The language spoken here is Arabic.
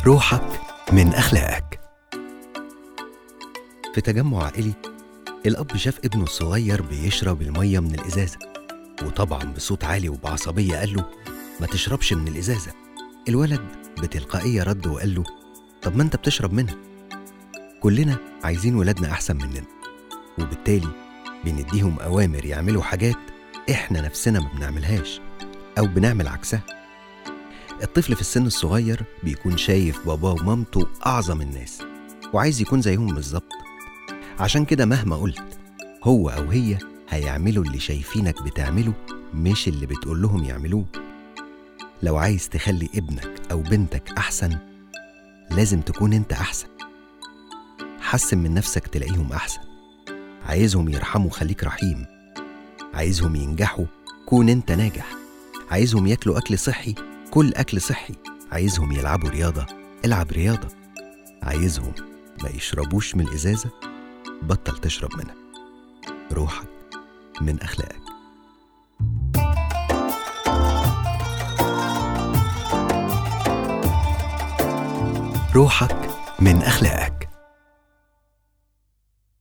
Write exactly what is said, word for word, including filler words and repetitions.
روحك من أخلاقك. في تجمع عائلي، الأب شاف ابنه الصغير بيشرب المية من الإزازة، وطبعا بصوت عالي وبعصبية قال له ما تشربش من الإزازة. الولد بتلقائية رد وقال له طب ما انت بتشرب منها. كلنا عايزين ولادنا أحسن مننا، وبالتالي بنديهم أوامر يعملوا حاجات إحنا نفسنا ما بنعملهاش أو بنعمل عكسها. الطفل في السن الصغير بيكون شايف باباه ومامته أعظم الناس وعايز يكون زيهم بالظبط، عشان كده مهما قلت هو أو هي هيعملوا اللي شايفينك بتعمله، مش اللي بتقول لهم يعملوه. لو عايز تخلي ابنك أو بنتك أحسن، لازم تكون انت أحسن. حسن من نفسك تلاقيهم أحسن. عايزهم يرحموا، خليك رحيم. عايزهم ينجحوا، كون انت ناجح. عايزهم ياكلوا أكل صحي، كل أكل صحي. عايزهم يلعبوا رياضة، العب رياضة. عايزهم ما يشربوش من الإزازة، بطل تشرب منها. روحك من أخلاقك. روحك من أخلاقك.